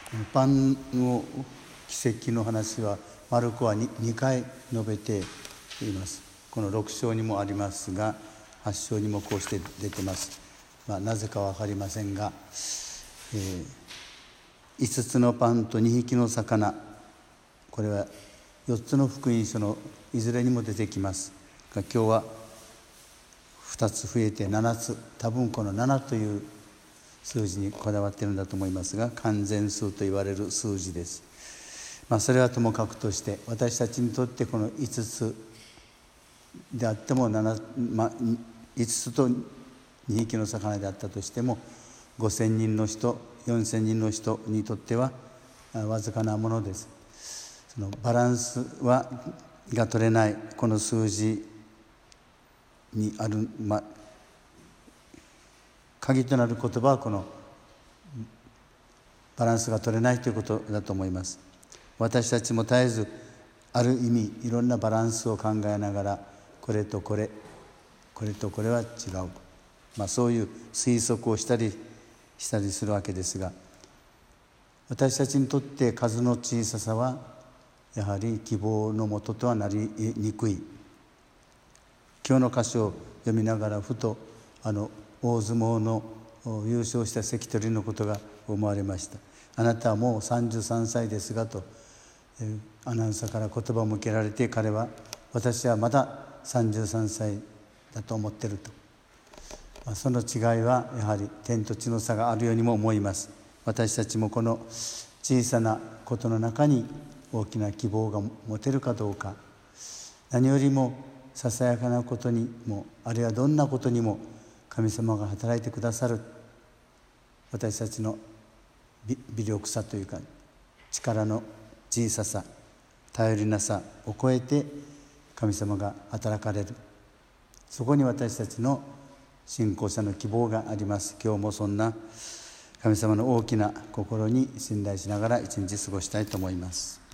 パンの奇跡の話はマルコは 2回述べています。この6章にもありますが、8章にもこうして出てます。なぜか分かりませんが、5つのパンと2匹の魚、これは4つの福音書のいずれにも出てきますが、今日は2つ増えて7つ、多分この7という数字にこだわっているんだと思いますが、完全数と言われる数字です。それはともかくとして、私たちにとってこの5つであっても5つと2匹の魚であったとしても、5000人の人、4000人の人にとってはわずかなものです。そのバランスが取れないこの数字にある、鍵となる言葉はこのバランスが取れないということだと思います。私たちも絶えずある意味いろんなバランスを考えながら、これとこれ、これとこれは違う、そういう推測をしたりするわけですが、私たちにとって数の小ささはやはり希望のもととはなりにくい。今日の箇所を読みながらふと大相撲の優勝した関取のことが思われました。あなたはもう33歳ですがとアナウンサーから言葉を向けられて、彼は私はまだ33歳だと思っていると。その違いはやはり天と地の差があるようにも思います。私たちもこの小さなことの中に大きな希望が持てるかどうか、何よりもささやかなことにも、あるいはどんなことにも神様が働いてくださる、私たちの微力さというか力の小ささ、頼りなさを超えて神様が働かれる、そこに私たちの信仰者の希望があります。今日もそんな神様の大きな心に信頼しながら一日過ごしたいと思います。